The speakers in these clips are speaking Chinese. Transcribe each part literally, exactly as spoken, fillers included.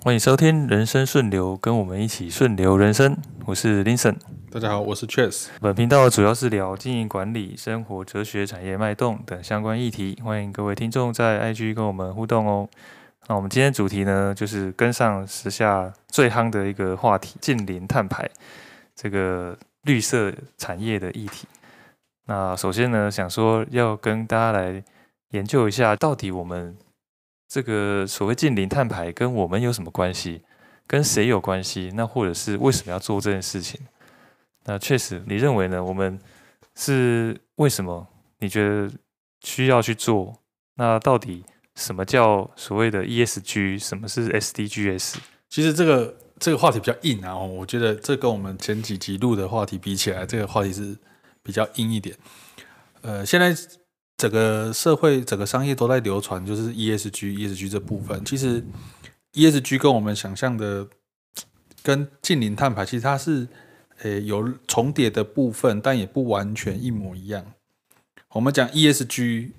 欢迎收听人生顺流，跟我们一起顺流人生。我是 Linson。 大家好，我是 Chess。 本频道主要是聊经营管理、生活哲学、产业脉动等相关议题，欢迎各位听众在 I G 跟我们互动哦。那我们今天主题呢，就是跟上时下最夯的一个话题——近零碳排这个绿色产业的议题。那首先呢，想说要跟大家来研究一下，到底我们这个所谓近零碳排跟我们有什么关系？跟谁有关系？那或者是为什么要做这件事情？那确实，你认为呢？我们是为什么？你觉得需要去做？那到底什么叫所谓的 E S G？什么是 S D Gs？ 其实这个这个话题比较硬啊，我觉得这跟我们前几集录的话题比起来，这个话题是比较硬一点。呃，现在整个社会、整个商业都在流传，就是 E S G、E S G 这部分。其实 E S G 跟我们想象的、跟近零碳排，其实它是呃有重叠的部分，但也不完全一模一样。我们讲 E S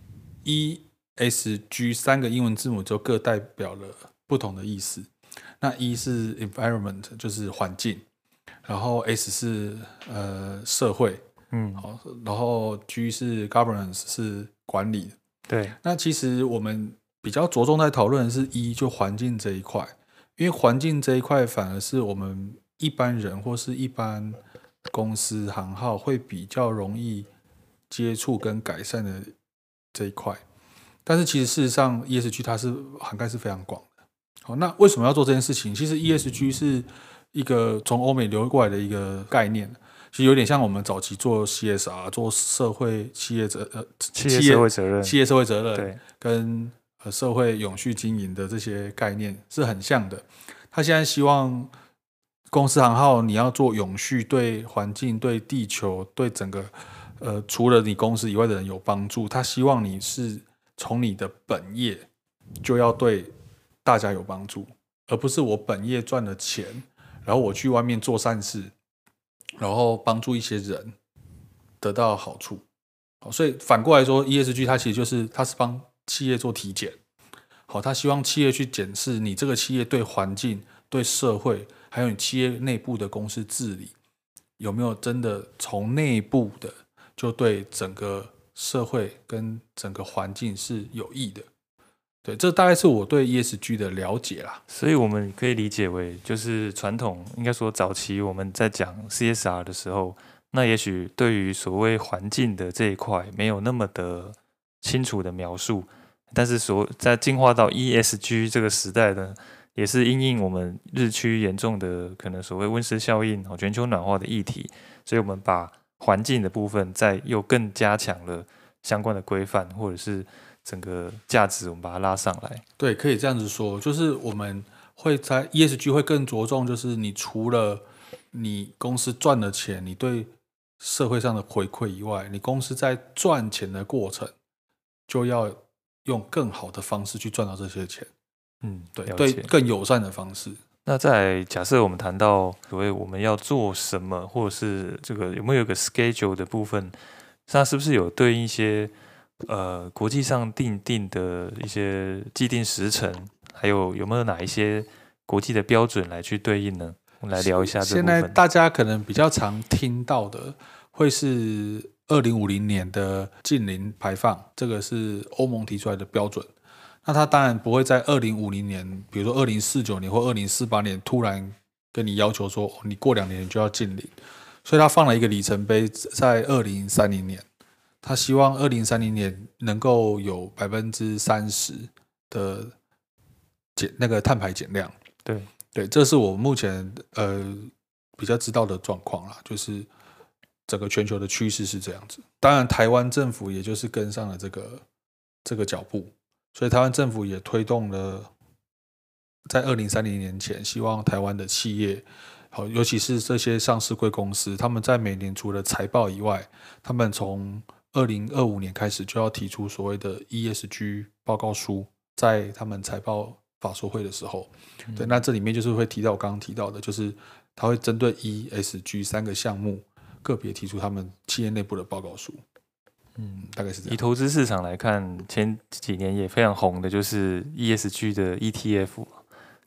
G、E S G 三个英文字母就各代表了不同的意思。那 E 是 environment， 就是环境，然后 S 是呃社会。嗯，好，然后 G 是 governance， 是管理。 对， 那其实我们比较着重在讨论的是 E， 就环境这一块，因为环境这一块反而是我们一般人或是一般公司行号会比较容易接触跟改善的这一块。但是其实事实上 E S G 它是涵盖是非常广的。好，那为什么要做这件事情？其实 E S G 是一个从欧美流过来的一个概念。其实有点像我们早期做 C S R、做社会企业责呃企业社会责任、 企业社会责任， 对， 跟呃社会永续经营的这些概念是很像的。他现在希望公司行号你要做永续，对环境、对地球、对整个呃除了你公司以外的人有帮助。他希望你是从你的本业就要对大家有帮助，而不是我本业赚了钱，然后我去外面做善事。然后帮助一些人得到好处，所以反过来说 ，E S G 它其实就是它是帮企业做体检，好，它希望企业去检视你这个企业对环境、对社会，还有你企业内部的公司治理，有没有真的从内部的就对整个社会跟整个环境是有益的。对，这大概是我对 E S G 的了解啦。 所以我们可以理解为，就是传统应该说早期我们在讲 C S R 的时候，那也许对于所谓环境的这一块没有那么的清楚的描述，但是所在进化到 E S G 这个时代呢，也是因应我们日趋严重的可能所谓温室效应、全球暖化的议题，所以我们把环境的部分再又更加强了相关的规范，或者是整个价值我们把它拉上来。 对，可以这样子说，就是我们会在 E S G 会更着重，就是你除了你公司赚了钱，你对社会上的回馈以外，你公司在赚钱的过程就要用更好的方式去赚到这些钱。嗯，对，对，更友善的方式。 那在假设我们谈到所谓我们要做什么，或者是这个有没有一个 schedule 的部分，那是不是有对应一些呃国际上定定的一些既定时程，还有有没有哪一些国际的标准来去对应呢？我们来聊一下这部分。 现在大家可能比较常听到的会是二零五零年的净零排放，这个是欧盟提出来的标准。那它当然不会在二零五零年，比如说二零四九年或二零四八年突然跟你要求说，哦，你过两年你就要净零，所以他放了一个里程碑在二零三零年，他希望二零三零年能够有百分之三十的减那个碳排减量。 对对，这是我目前呃比较知道的状况啦，就是整个全球的趋势是这样子。当然，台湾政府也就是跟上了这个这个脚步。所以台湾政府也推动了，在二零三零年前，希望台湾的企业，好，尤其是这些上市贵公司，他们在每年除了财报以外，他们从二零二五年开始就要提出所谓的 E S G 报告书，在他们财报法说会的时候，嗯、对，那这里面就是会提到我刚刚提到的，就是他会针对 E S G 三个项目，个别提出他们企业内部的报告书。嗯，大概是这样。 以投资市场来看，前几年也非常红的就是 E S G 的 E T F，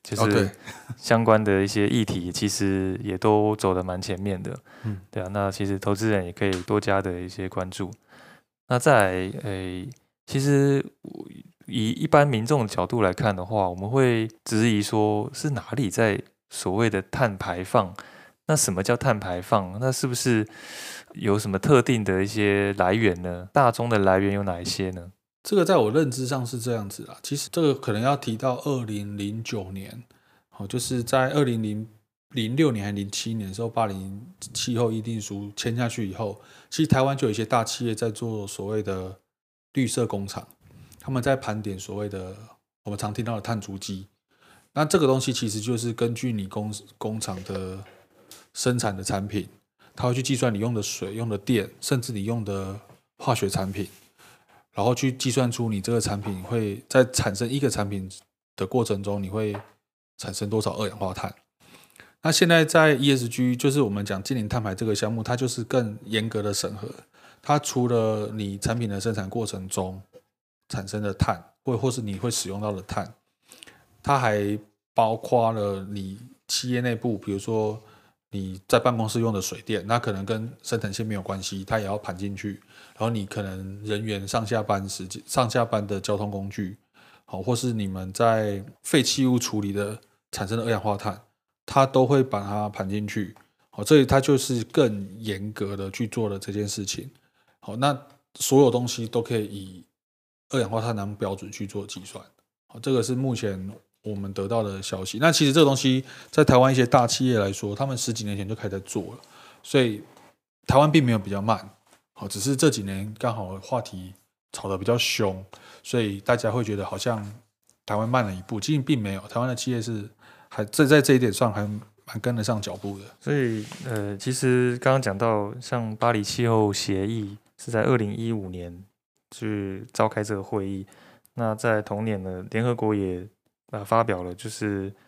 就是相关的一些议题，其实也都走得蛮前面的。嗯，对啊，那其实投资人也可以多加的一些关注。那再来，诶，其实以一般民众的角度来看的话，我们会质疑说，是哪里在所谓的碳排放？那什么叫碳排放？那是不是有什么特定的一些来源呢？大宗的来源有哪一些呢？ 这个在我认知上是这样子啦。其实这个可能要提到二零零九年，哦，就是在二零零六年还零七年的时候，巴黎气候议定书签下去以后，其实台湾就有一些大企业在做所谓的绿色工厂，他们在盘点所谓的我们常听到的碳足迹。那这个东西其实就是根据你工工厂的生产的产品，它会去计算你用的水、用的电，甚至你用的化学产品，然后去计算出你这个产品会在产生一个产品的过程中，你会产生多少二氧化碳。那现在在 E S G， 就是我们讲净零碳排这个项目，它就是更严格的审核。它除了你产品的生产过程中产生的碳，或或是你会使用到的碳，它还包括了你企业内部，比如说你在办公室用的水电，那可能跟生产线没有关系，它也要盘进去。然后你可能人员上下班时间、上下班的交通工具，好，或是你们在废弃物处理的产生的二氧化碳，它都会把它盘进去。好，这里它就是更严格的去做了这件事情。好，那所有东西都可以以二氧化碳当标准去做计算。好，这个是目前我们得到的消息。那其实这个东西在台湾一些大企业来说，他们十几年前就开始在做了，所以台湾并没有比较慢。好，只是这几年刚好话题炒得比较凶，所以大家会觉得好像台湾慢了一步，其实并没有，台湾的企业是还在在这一点上还蛮跟得上脚步的。 所以呃，其实刚刚讲到，像巴黎气候协议是在二零一五年去召开这个会议，那在同年呢，联合国也呃发表了就是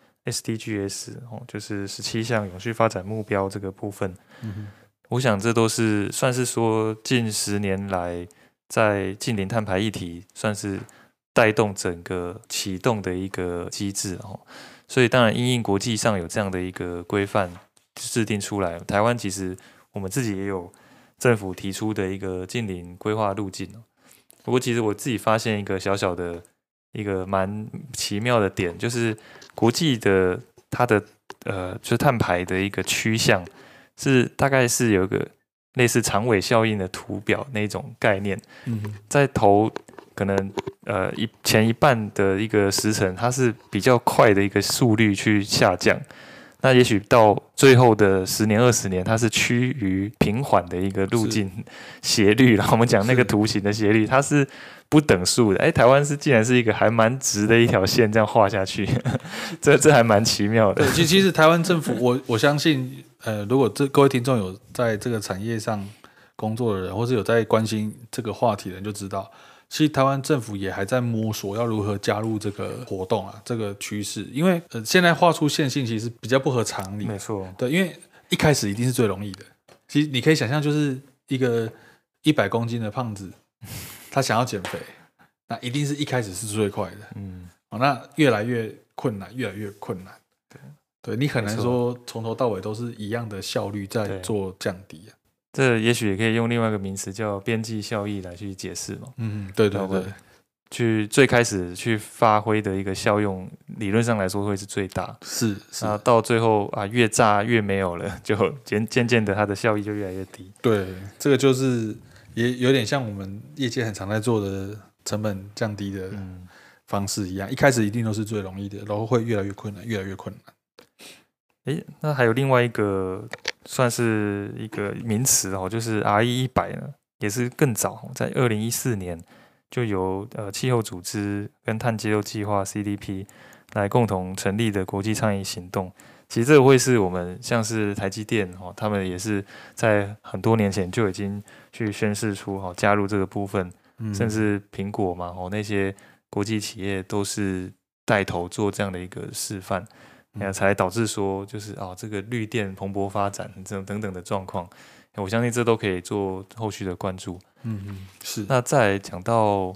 S D Gs 哦，就是十七项永续发展目标这个部分。嗯，我想这都是算是说近十年来在近零碳排议题算是带动整个启动的一个机制哦。所以当然因应国际上有这样的一个规范制定出来，台湾其实我们自己也有政府提出的一个近零规划路径。不过其实我自己发现一个小小的一个蛮奇妙的点，就是国际的它的呃就是碳排的一个趋向是大概是有一个类似长尾效应的图表那种概念，嗯，在头可能呃一前一半的一个时程，它是比较快的一个速率去下降，那也许到最后的十年二十年，它是趋于平缓的一个路径斜率，然后我们讲那个图形的斜率，它是不等数的。哎，台湾是竟然是一个还蛮直的一条线这样画下去，这这还蛮奇妙的。 对，其其实台湾政府，我我相信，呃，如果这各位听众有在这个产业上工作的人，或是有在关心这个话题的人，就知道，其实台湾政府也还在摸索要如何加入这个活动啊，这个趋势。因为呃，现在画出线性其实比较不合常理。 没错， 对，因为一开始一定是最容易的。其实你可以想象，就是一个一百公斤的胖子，他想要减肥，那一定是一开始是最快的。嗯，哦，那越来越困难，越来越困难。对，对你很难说从头到尾都是一样的效率在做降低啊。 这也许也可以用另外一个名词叫边际效益来去解释嘛。 嗯，对对对， 去最开始去发挥的一个效用，理论上来说会是最大。 是，是啊，到最后啊，越炸越没有了，就渐渐渐的它的效益就越来越低。 对，这个就是也有点像我们业界很常在做的成本降低的方式一样，嗯，一开始一定都是最容易的，然后会越来越困难，越来越困难。 诶，那还有另外一个算是一个名词哦，就是 R E 一百呢，也是更早，在二零一四年就由呃气候组织跟碳揭露计划 C D P 来共同成立的国际倡议行动。其实这个会是我们像是台积电哦，他们也是在很多年前就已经去宣示出哦加入这个部分，嗯，甚至苹果嘛哦那些国际企业都是带头做这样的一个示范。才导致说就是啊，这个绿电蓬勃发展这种等等的状况，我相信这都可以做后续的关注。嗯嗯，是。那再讲到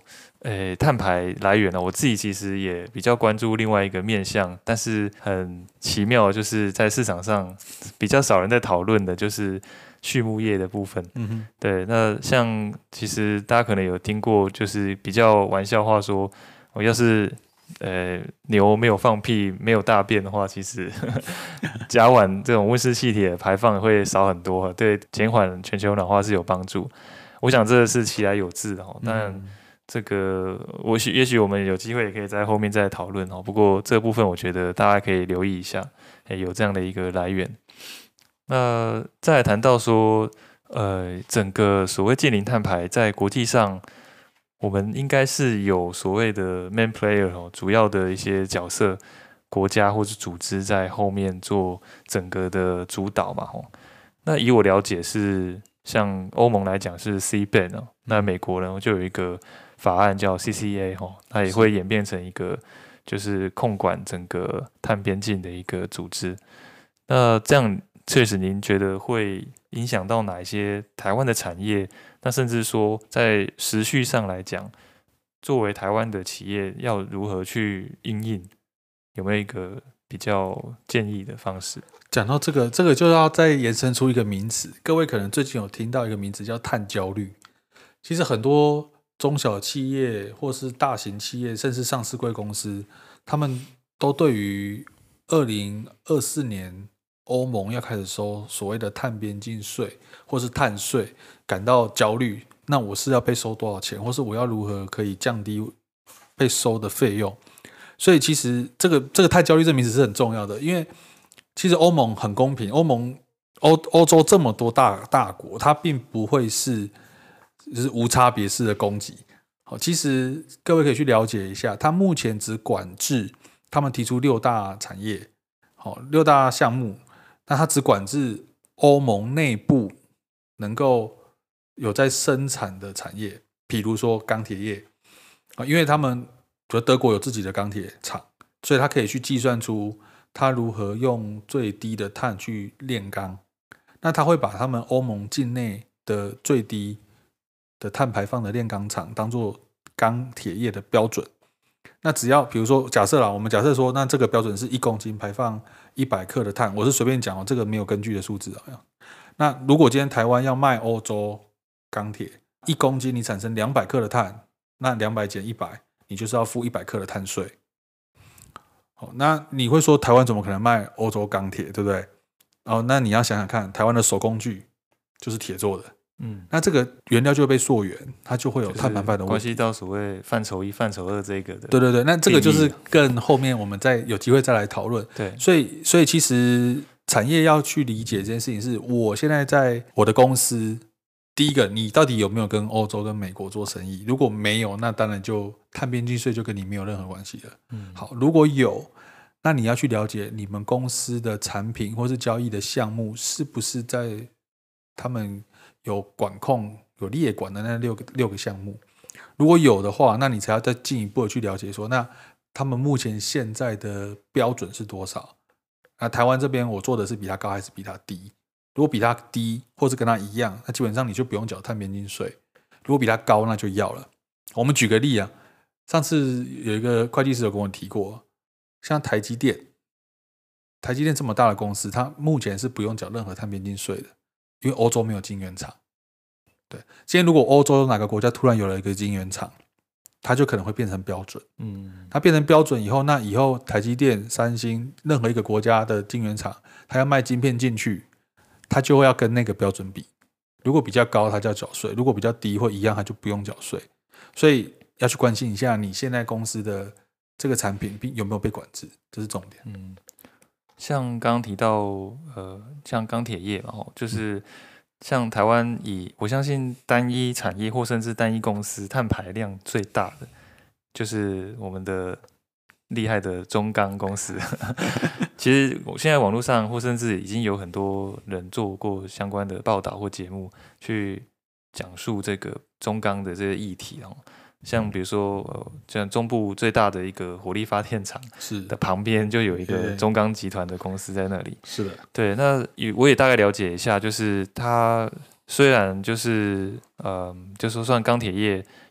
诶，碳排来源呢，我自己其实也比较关注另外一个面向，但是很奇妙，就是在市场上比较少人在讨论的，就是畜牧业的部分。 嗯哼， 对，那像其实大家可能有听过，就是比较玩笑话说，我要是呃牛没有放屁、没有大便的话，其实甲烷这种温室气体的排放会少很多，对减缓全球暖化是有帮助。我想这是其来有自的哦，但。 嗯这个我许也许我们有机会也可以在后面再讨论哦。不过这部分我觉得大家可以留意一下，诶有这样的一个来源。那再来谈到说，呃，整个所谓近零碳排在国际上，我们应该是有所谓的 main player 哦，主要的一些角色，国家或是组织在后面做整个的主导嘛吼。那以我了解是，像欧盟来讲是 C ban 哦，那美国呢就有一个法案叫 C C A 吼，它也会演变成一个就是控管整个碳边境的一个组织。那这样确实，您觉得会影响到哪一些台湾的产业？那甚至说在时序上来讲，作为台湾的企业要如何去因应，有没有一个比较建议的方式？ 讲到这个，这个就要再延伸出一个名词。各位可能最近有听到一个名词叫碳焦虑。其实很多中小企业或是大型企业，甚至上市柜公司，他们都对于二零二四年欧盟要开始收所谓的碳边境税或是碳税感到焦虑。那我是要被收多少钱，或是我要如何可以降低被收的费用？所以其实这个这个碳焦虑这名词是很重要的，因为其实欧盟很公平，欧盟欧欧洲这么多大大国，它并不会是就是无差别式的攻击。好，其实各位可以去了解一下，它目前只管制他们提出六大产业，好六大项目，那它只管制欧盟内部能够有在生产的产业，比如说钢铁业，因为他们比如德国有自己的钢铁厂，所以它可以去计算出它如何用最低的碳去炼钢。那它会把他们欧盟境内的最低的碳排放的炼钢厂当做钢铁业的标准。那只要比如说假设啦，我们假设说，那这个标准是一公斤排放一百克的碳，我是随便讲哦，这个没有根据的数字啊。那如果今天台湾要卖欧洲钢铁，一公斤你产生两百克的碳，那两百减一百，你就是要付一百克的碳税。好，那你会说台湾怎么可能卖欧洲钢铁，对不对？哦，那你要想想看，台湾的手工具就是铁做的，嗯，那这个原料就会被溯源，它就会有碳排放的问题， 关系到所谓范畴一、范畴二这个的。 对对对，那这个就是更后面我们再有机会再来讨论。 对， 所以所以其实产业要去理解这件事情是，我现在在我的公司，第一个你到底有没有跟欧洲跟美国做生意？如果没有，那当然就碳边境税就跟你没有任何关系了。嗯，好，如果有，那你要去了解你们公司的产品或是交易的项目是不是在他们有管控、有列管的那六个六个项目。如果有的话，那你才要再进一步的去了解说，那他们目前现在的标准是多少？那台湾这边我做的是比它高还是比它低？如果比它低，或是跟它一样，那基本上你就不用缴碳边境税。如果比它高，那就要了。我们举个例啊，上次有一个会计师有跟我提过，像台积电，台积电这么大的公司，它目前是不用缴任何碳边境税的，因为欧洲没有晶圆厂。对，今天如果欧洲哪个国家突然有了一个晶圆厂，它就可能会变成标准。嗯，它变成标准以后，那以后台积电、三星任何一个国家的晶圆厂，它要卖晶片进去，它就会要跟那个标准比。如果比较高，它就要缴税；如果比较低或一样，它就不用缴税。所以要去关心一下你现在公司的这个产品有没有被管制，这是重点。 嗯，像刚刚提到，呃，像钢铁业嘛，就是像台湾以我相信单一产业或甚至单一公司碳排量最大的，就是我们的厉害的中钢公司。其实我现在网络上或甚至已经有很多人做过相关的报道或节目，去讲述这个中钢的这个议题哦。像比如说，呃，像中部最大的一个火力发电厂的旁边就有一个中钢集团的公司在那里。 是的， 对。那我也大概了解一下，就是它虽然就是呃，就说算钢铁业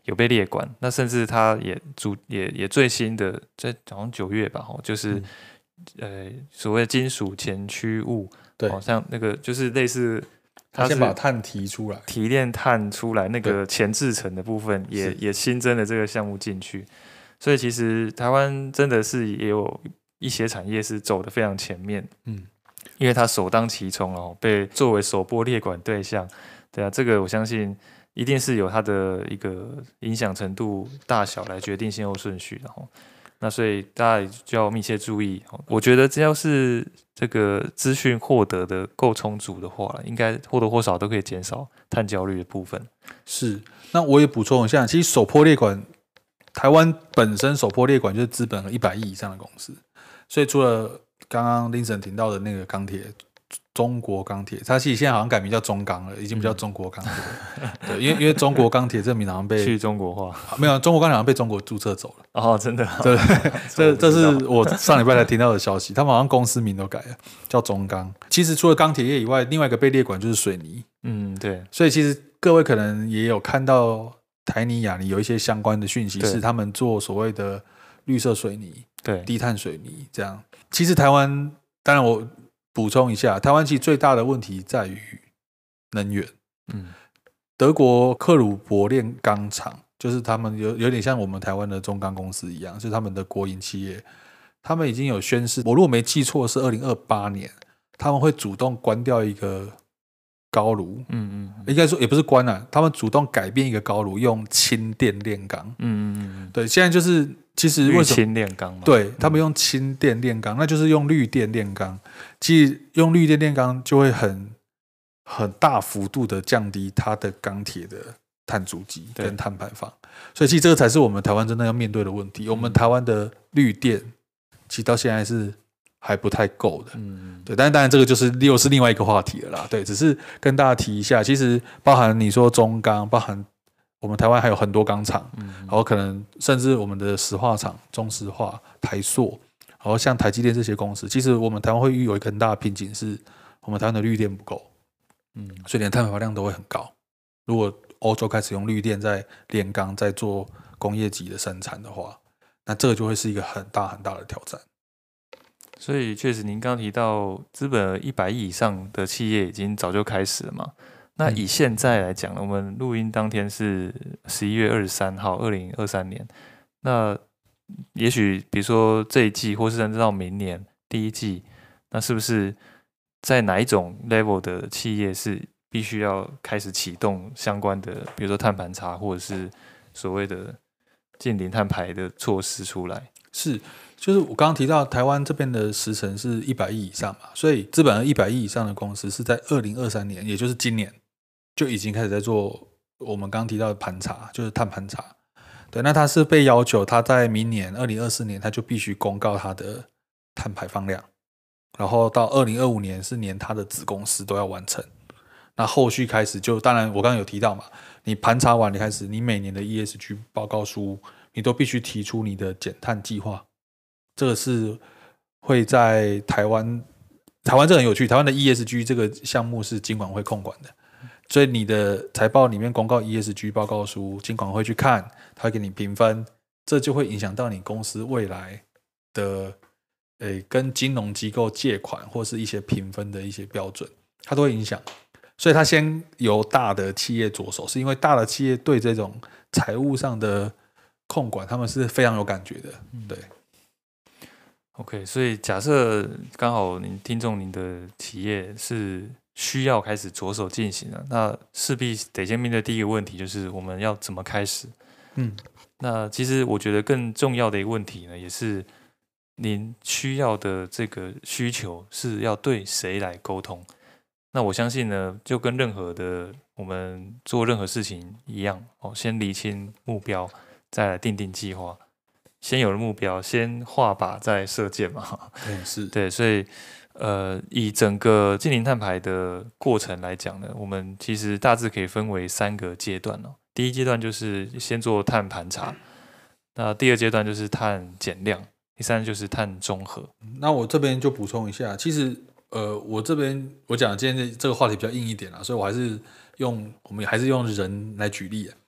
有被列管。那甚至它也主也也最新的在好像九月吧，就是、嗯、呃所谓金属前驱物， 对， 好、哦、像那个就是类似。 他先把碳提出来， 提炼碳出来，那个前制成的部分也也新增了这个项目进去，所以其实台湾真的是也有一些产业是走得非常前面，嗯，因为它首当其冲哦，被作为首波列管对象，对啊，这个我相信一定是有它的一个影响程度大小来决定先后顺序，然后。那所以大家就要密切注意。我觉得只要是这个资讯获得的够充足的话，应该或多或少都可以减少碳焦虑的部分。 是，那我也补充一下，其实首波列管，台湾本身首波列管就是资本额一百亿以上的公司，所以除了刚刚林森提到的那个钢铁。中国钢铁，它其实现在好像改名叫中钢了，已经不叫中国钢铁了。嗯、对，因为因为中国钢铁这名好像被去中国化， 没有，中国钢铁好像被中国注册走了。 哦，真的、啊？ 对，这这是我上礼拜才听到的消息，他们好像公司名都改了，叫中钢。其实除了钢铁业以外，另外一个被列管就是水泥。 嗯，对。 所以其实各位可能也有看到台泥、亚泥有一些相关的讯息，是他们做所谓的绿色水泥、 对， 低碳水泥这样。其实台湾，当然我。补充一下，台湾其实最大的问题在于能源。嗯，德国克虏伯炼钢厂就是他们有有点像我们台湾的中钢公司一样，就是他们的国营企业，他们已经有宣示，我如果没记错是二零二八年，他们会主动关掉一个高炉。嗯嗯，应该说也不是关啊，他们主动改变一个高炉，用氢电炼钢。嗯嗯嗯，对，现在就是其实为什么氢炼钢嘛？ 对，他们用氢电炼钢，那就是用绿电炼钢。其实用绿电炼钢就会很很大幅度的降低它的钢铁的碳足迹跟碳排放，所以其实这个才是我们台湾真的要面对的问题。我们台湾的绿电其实到现在是还不太够的，嗯，对，但是当然这个就是又是另外一个话题了啦。对，只是跟大家提一下，其实包含你说中钢，包含我们台湾还有很多钢厂，嗯，然后可能甚至我们的石化厂、中石化、台塑。然后像台积电这些公司，其实我们台湾会遇有一个很大的瓶颈，是我们台湾的绿电不够，嗯，所以连碳排放量都会很高。如果欧洲开始用绿电在炼钢，在做工业级的生产的话，那这个就会是一个很大很大的挑战。 所以确实，您刚刚提到资本额一百亿以上的企业已经早就开始了嘛？那以现在来讲，我们录音当天是十一月二十三号，二零二三年，那。也许比如说这一季，或是甚至到明年第一季，那是不是在哪一种 level 的企业是必须要开始启动相关的，比如说碳盘查，或者是所谓的近零碳排的措施出来？ 是，就是我刚刚提到台湾这边的时程是一百亿以上嘛，所以资本额一百亿以上的公司是在二零二三年，也就是今年就已经开始在做我们刚刚提到的盘查，就是碳盘查。对，那他是被要求，他在明年二零二四年，他就必须公告他的碳排放量，然后到二零二五年是连他的子公司都要完成。那后续开始就，当然我刚刚有提到嘛，你盘查完，你开始，你每年的 E S G 报告书，你都必须提出你的减碳计划。这个是会在台湾，台湾这很有趣，台湾的 E S G 这个项目是金管会控管的。所以你的财报里面公告 E S G 报告书，金管会去看，他会给你评分，这就会影响到你公司未来的诶跟金融机构借款或是一些评分的一些标准，它都会影响。所以它先由大的企业着手，是因为大的企业对这种财务上的控管，他们是非常有感觉的。对。 OK， 所以假设刚好您听众您的企业是需要开始着手进行了，那势必得先面对第一个问题，就是我们要怎么开始？嗯，那其实我觉得更重要的一个问题呢，也是您需要的这个需求是要对谁来沟通？那我相信呢，就跟任何的我们做任何事情一样，哦，先厘清目标，再来定定计划。先有了目标，先画靶再射箭嘛。 嗯，是对，所以呃，以整个近零碳排的过程来讲呢，我们其实大致可以分为三个阶段哦。第一阶段就是先做碳盘查，那第二阶段就是碳减量，第三就是碳中和。 那我这边就补充一下，其实呃，我这边我讲今天这个话题比较硬一点啦，所以我还是用我们还是用人来举例啊。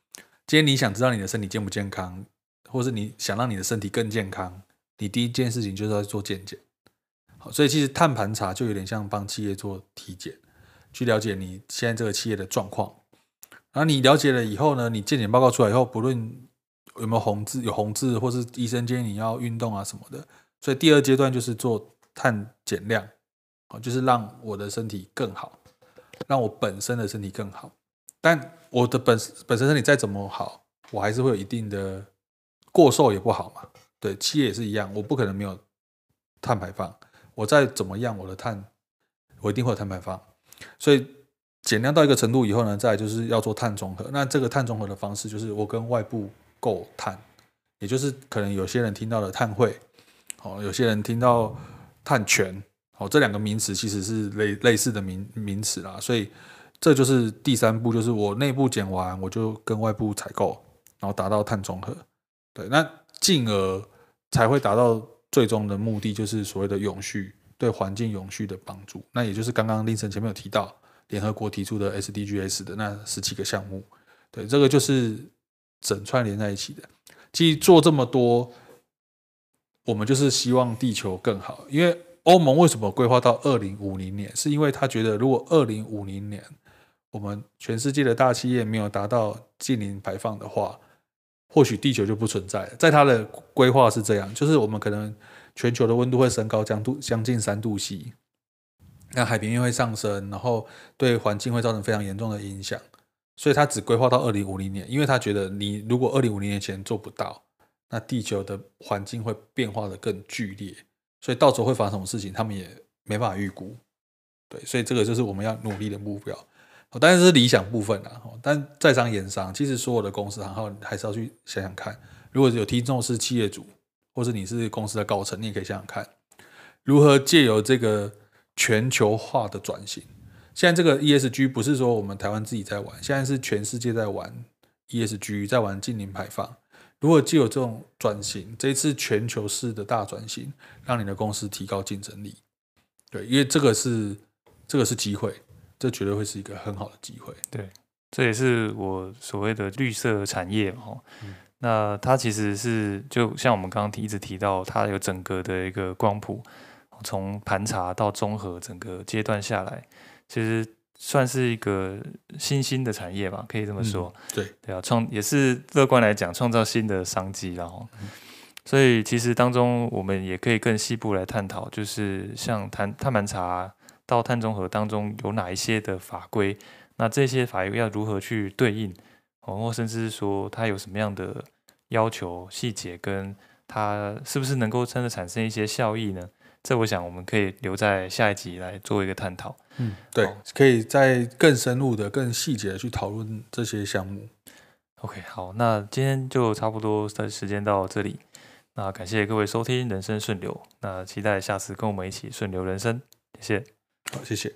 今天你想知道你的身体健不健康，或是你想让你的身体更健康，你第一件事情就是要做健检。好，所以其实碳盘查就有点像帮企业做体检，去了解你现在这个企业的状况。然后你了解了以后呢，你健检报告出来以后，不论有没有红字，有红字或是医生建议你要运动啊什么的，所以第二阶段就是做碳减量，就是让我的身体更好，让我本身的身体更好。但我的本本身身体再怎么好，我还是会有一定的过瘦也不好嘛。对，企业也是一样，我不可能没有碳排放，我再怎么样，我的碳我一定会有碳排放。所以减量到一个程度以后呢，再来就是要做碳中和。那这个碳中和的方式就是我跟外部购碳，也就是可能有些人听到的碳汇，哦，有些人听到碳权，哦，这两个名词其实是 类, 类似的 名, 名词啦。所以这就是第三步，就是我内部减完，我就跟外部采购，然后达到碳中和。对，那进而才会达到最终的目的，就是所谓的永续，对环境永续的帮助。那也就是刚刚林森前面有提到，联合国提出的 S D Gs 的那十七个项目。对，这个就是整串连在一起的。其实做这么多，我们就是希望地球更好。因为欧盟为什么规划到二零五零年，是因为他觉得如果二零五零年我们全世界的大企业没有达到净零排放的话，或许地球就不存在了。在他的规划是这样，就是我们可能全球的温度会升高将近三度 C， 那海平面会上升，然后对环境会造成非常严重的影响。所以他只规划到二零五零年，因为他觉得你如果二零五零年前做不到，那地球的环境会变化的更剧烈，所以到时候会发生什么事情他们也没办法预估。对，所以这个就是我们要努力的目标。当然是理想部分啦，但在商言商，其实所有的公司行号还是要去想想看。如果有听众是企业主，或是你是公司的高层，你也可以想想看，如何借由这个全球化的转型。现在这个 E S G 不是说我们台湾自己在玩，现在是全世界在玩 E S G， 在玩净零排放。如何借由这种转型，这一次全球式的大转型，让你的公司提高竞争力？对，因为这个是这个是机会。这绝对会是一个很好的机会。 对，这也是我所谓的绿色产业嘛。嗯、那它其实是就像我们刚刚一直提到，它有整个的一个光谱，从盘查到综合整个阶段下来，其实算是一个新兴的产业吧，可以这么说。 嗯、对对啊，创也是乐观来讲，创造新的商机，然后。嗯所以其实当中我们也可以更细部来探讨，就是像碳碳盘查到碳中和当中有哪一些的法规，那这些法规要如何去对应，或甚至是说它有什么样的要求细节，跟它是不是能够真的产生一些效益呢？这我想我们可以留在下一集来做一个探讨。 嗯，对，可以再更深入的、更细节的去讨论这些项目。 OK， 好，那今天就差不多的时间到这里。那感谢各位收听人生顺流，那期待下次跟我们一起顺流人生，谢谢。 好，谢谢。